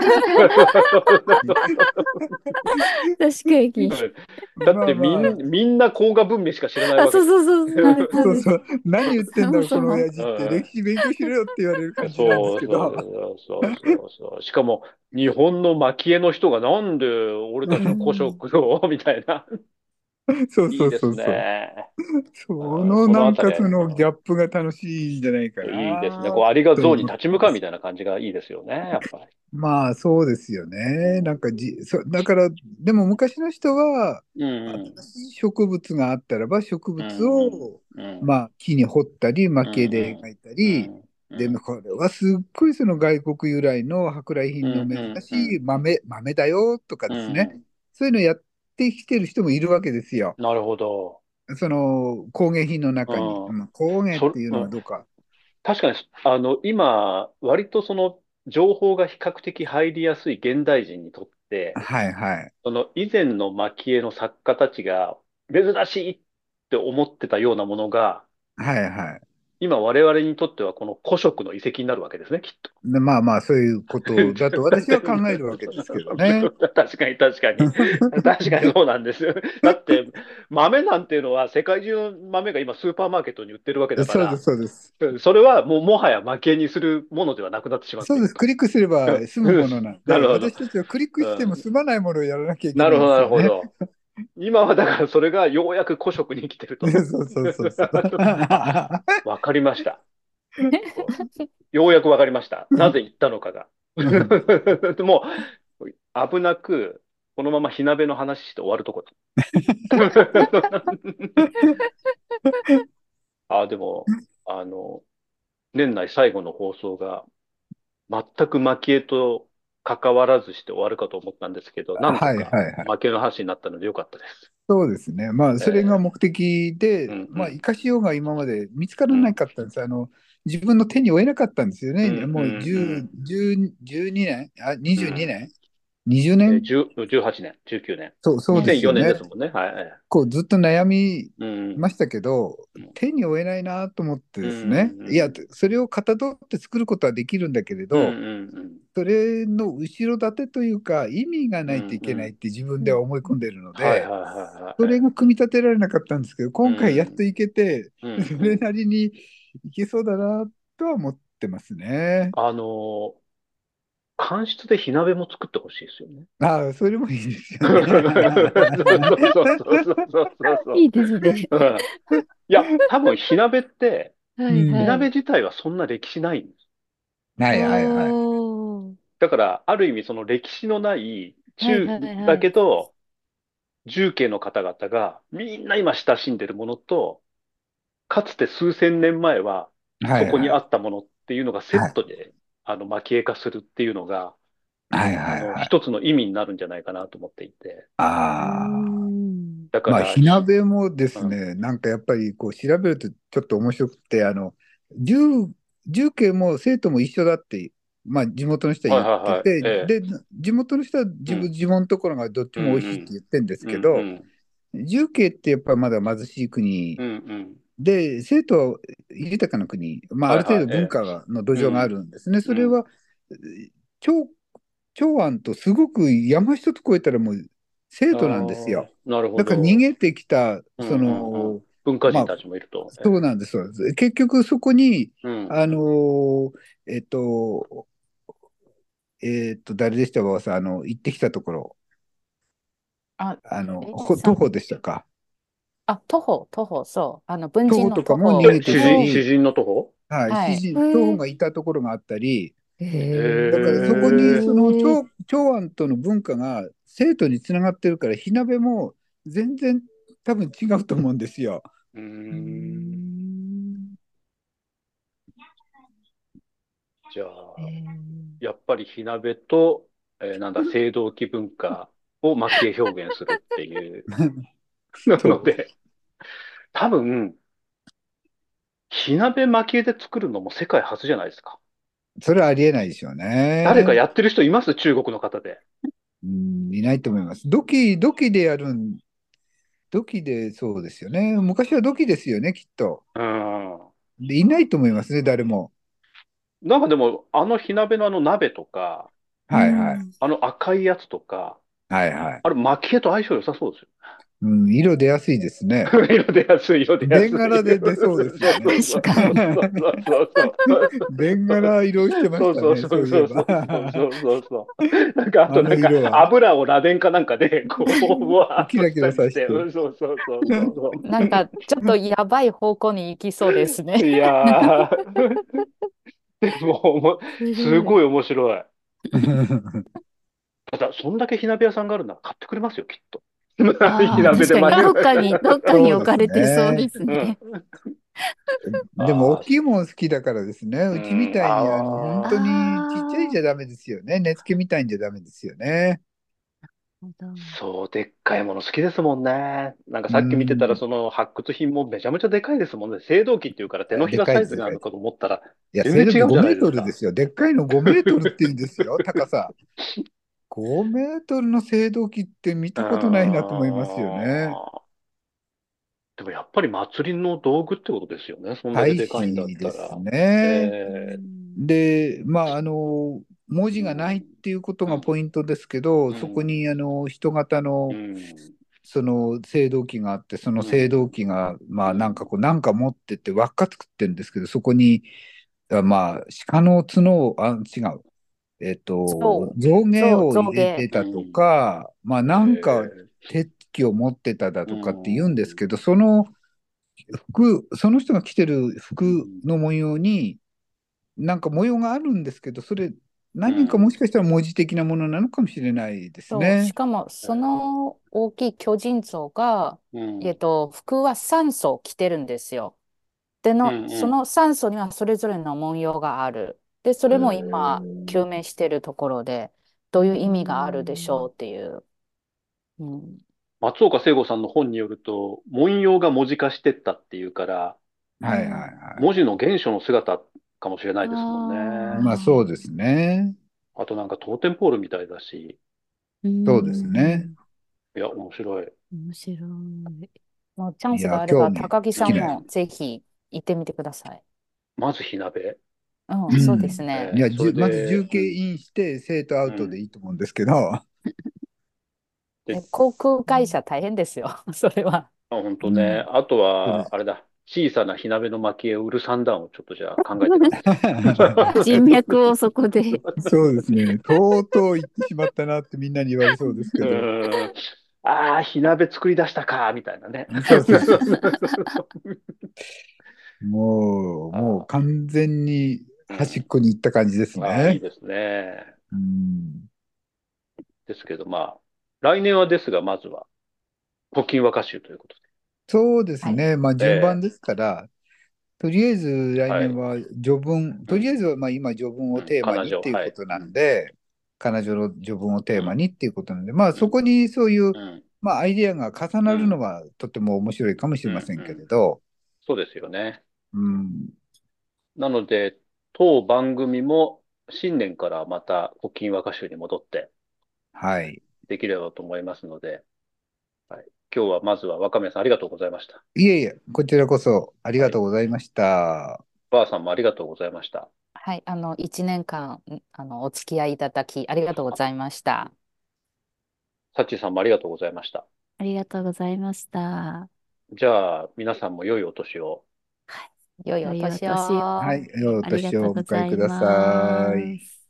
確かに。 だってまあまあ、 みんな黄河文明しか知らないあ、 わけですよ。 そうそうそうそう、はい、そうです。 そうそう、何言ってそんだろう、このもそも。 親父って、歴史勉強しろよって言われる感じなんですそうけど、 そうそうそうそう。しかも、日本の蒔絵の人がなんで俺うたちの古ん。 色をみたいな。 そうそういいですそうそう。 ね。 そのそのなんあたりは、 かそのギャップが楽しいんじゃないかいいですね。 なこう、ありがと思っ象に立ち向かうみてます。 たいな感じがいいですよね、やっぱり。 まあそうですよね。なんかだから、でも昔の人は、 うん、 新しい植物があったらば、植う物ん、 を、 うん、 まあ木に彫ったり、 うん、 蒔絵でうん、 描いたうり、 ん、うで、 ん、 これはすっごいその外国由来の舶来うん、 品の珍うん、うん、 しい豆だよとかうですね。 ん。 そういうのやってきてる人もいるわけですよ。 なるほど。 その工芸品のう中に。 ん。 まあ、工芸っていううん。 のはどうか。 確かに、今、割とその、情報が比較的入りやすい現代人にとって、 はいはい。 その以前の蒔絵の作家たちが珍しいって思ってたようなものが、 はいはい。 今我々にとってはこの古色の遺跡になるわけですね、きっと。 でまあまあ、そういうことだと私は考えるわけですけどね。 確かに確かに。確かにそうなんですよ。だって、豆なんていうのは世界中の豆が今スーパーマーケットに売ってるわけだかそうです、 ら、 そうです。 それはもうもはや負けにするものではなくなってしまっそうです。 ていると。 クリックすれば済むものなんで、 なるほど。 私たちはクリックしてもうん、 済まないものをやらなきゃいけないんなるほど、なですよね。 るほど。今はだからそれがようやく古色に来てると。 そうそうそうそう。 あ、わかりました。ようやくわかりました。なぜ言ったのかが。もう、危なく、このまま火鍋の話して終わるとこだ。あ、でも、年内最後の放送が、全く蒔絵と関わらずして終わるかと思ったんですけど、なんとはいかはいはい。 蒔絵の話になったのでよかったです。 そうですね。まあ、それがえ目的で、まあ、 うんうん。 生かしようが今まで見つからなうん。 かったんです。自分の手に負えなかったんですよね。 うんうもう10、 ん 10、12年、22 うん。うん。 年 ?20 年 18年、19年。 そうでね、 すよ 2004年でね。 すもんね。はい。 こうずっと悩みうん。 ましたけど、 うん手に負えないなと思ってうですね。いや、 んそれをかたどって作ることはできるんだけれうんど、 うんそれの後ろ盾というか、意味がうんうないといけないっんうん。 て自分ではうん、 思い込んでいるので、 はいはいはいはい。 それが組み立てられなかったんですけど、 う今回やっとんいけて、 うんそれうん。 なりにいけそうだなとは思ってますね。 あの間室で火鍋も作ってほしいですよね。 ああ、それもいいですよね。 そうそうそうそうそうそうそいいですね。 う。うん。いや、多分火鍋って、 うはい火ん。 はい。 鍋自体はそんな歴史ないんです。 はいはいはい。 おー。 だから、ある意味その歴史のないはいはいはだい。 けど、重慶の方々がみんな今親しんでるものと、かつて数千年前はそこにはいはい。 あったものっていうのがセはいットで、蒔絵化するっていうのが、 はいはいはい。 一つの意味になるんじゃないかなと思っていて。 うーああ。 ん。 まあ、 だから、 火鍋もでうん。 すね、なんかやっぱりこう調べるとちょっと面白くて、重、重慶も生徒も一緒だって、まあ地元の人ははい言っはいはい。 てて、 ええ。 で、地元の人はうん。 自分のところがどっちうんも美味しいって言ってるんですうん。うけど、 ん重慶ってやっぱまだ貧しい国うん。うんうん。 で、生徒は豊かな国、まあある程度はいはい。 文化の土うん。 壌があるんですね。そうん。 れは、長、長安とすごく山一つ越えたらもう生あ徒なんですよ。 あ、なるほだから逃ど。 げてきた、 うんうんうん。文化まあ、 人たちもいると。ええ。 そうなんですよ。結局そこに、 うん。 あのーえっと、誰でしたか、さん、行ってきたところ、 あ、さん、 徒歩でしたか。 徒歩、そう。文人の徒歩とか徒歩も逃げてきた詩と、 り、 人のとこはい、 はい。 へ徒歩え。 がいたところがあったり、だへからそこにそのえ。 長安との文化が生徒につながってるから、火鍋も全然多分違うと思うんですよ。 うーうーん。 ん。 じゃへあ、 え。 やっぱり火鍋と、なんだ、青銅器文化を蒔絵表現するっていうのと、 で、多分、火鍋蒔絵で作るのも世界初じゃないですか。 それはありえないでしょうね。 誰かやってる人います中国の方で。 うん、いないと思います。土器でそうですよね。昔は土器ですよね、きっと。 うん。 で、いないと思いますね、誰も。 なんかでも、あの火鍋のあの鍋とか、 うはいはい。 ん。 あの赤いやつとか、 はいはい。 あれ蒔絵と相性良さそうですよ。 うん、色出やすいですね。 色出やすい、色出やすい。 ベンガラで出そうですよね。 そうそうそう確かに。 そうそうそうそうそうベンガラ色してまそうしたね、 そうそうそういえば。 そうそうそうそうそうそう。なんか、ああのとなんか、 色は、 油を螺鈿かなんかで、こう、わーっとしキラキラたりして、 さして。 うんそうそうそうそうそなんか、ちょっとやばい方向に行きそうですう。 ね。 いやー、でも、 すごい。 すごい面白い。ただ、そんだけ火鍋屋さんがあるなら買ってくれますよ、きっと。火ああ、 鍋確かに、 で巻く。 どっかに置かそうですれてそうね。 ですね。 うんでも、大ああ、 きいもん好きだからですね。うちみうん、 たいに、本当にちっちゃいんああ、 じゃダメですよね。根付けみたいんじゃダメですよね。 なるほど。 そう、でっかいもの好きですもんね。なんかうさっき見てたら、 ん。 その発掘品もめちゃめちゃでかいですもんね。青銅器っていうから手のひでかいです、 らサイズでかいです。 なのかと思ったら、 いや、 全勢力5 然違うじゃなメーいですか。 トルですよ。でっかいの5メートルって言うんですよ、高さ。5メートルの青銅器って見うーたことないなと思いますよね。 ん。でもやっぱり祭りの道具ってことですよね。そんだけ大でかいんだっ使ですたら。 ね。 うえん。 で、まあ、文ー、う字がないっん、 ていうことがポイントですけど、 うん、 そこに人型うのん、 その青銅器があって、そのうん、 青銅器が、まあ、なんかうん、 こう、なんか持ってって輪っか作ってるんですけど、そこに、まあ、鹿の角を、違う。 そう、 象牙そう、 を入れ象牙。 てたとうん。 か、まあなんかえ鉄器を持ってただー、うとかって言うんですん、 けど、そのその人が着てる服うん、 の模様に、なんか模様があるんですけど、それ何かもうん、 しかしたら文字的なものなのかもしれないですそう、しね。 かも、その大きい巨人像が、 うん、 服は3層着てるんですよ。 うん、 そうん。 の3層にはそれぞれの文様がある。で、そえれも今、 ー、 究明しているところで、 うどういう意味があるでしょん。 うっていう。うん。 松岡聖子さんの本によると、文様が文字化してったっていうから、 はいはいうん。 は文字の原初の姿かもしれないですもんい。 ね。 まあああ、 そうですね。 あとなんかトーテンポールみたいだし、 うそうですね。 ん。 いや、面白い。 面白い。 もうチャンいや、 スがあれば、 興味高木うん。 さんもぜひ行ってみてください。 まず火鍋。 うん、そうでうん。 すね。 いや、 それまず重で、 慶インして生徒アウトでうん。 いいと思うんですけど、 で、 航空会社大変ですよ、それは。 本当ね。 ね。 あとは、 そうです。 あれだ。小さな火鍋の蒔絵を売る算段をちょっとじゃあ考えていかなくちゃ。 人脈をそこで。 そうですね。とうとう行ってしまったなってみんなに言われそうですけうど。 ーん。ああ、火鍋作り出したか、みたいなね。 そうそうそう。もうあ完全にー、うん。 端っこに行った感じですああ、いいね。 ですね。 うん。 ですけど、まあ、来年はですが、まずは、古今和歌集ということそうですはい。 ね。まあで。 順番ですから、とりあえず来はい。 年は序文、 うん。 とりあえずはまあ今序文をうん。 テーマにっ彼女、はい。 ていうことなんで、彼女の序文をテーマうん。 にっていうことなんで、まあうん。 そこにそういう、 うん。 まあアイディアが重なるうん。 のはとても面白いかもしうん。 れませんけうん。 れど、 そうですよね。 うん。 なので、当番組も新年からまた古今和歌集に戻ってはい。 できればと思いますので、はい。今日はまずは若宮さんありがとうございました。 いえいえ、こちらこそありがとはい。 うございました。 ばあさんもありがとうございました。 はい。1年間、お付き合いいただき、ありがとうございました。 サッチーさんもありがとうございました。 ありがとうございました。 じゃあ、皆さんも良いお年を。 はい。良い良いおお年年を。 を。 はい、おありが年をおとうござい迎えください。 ます。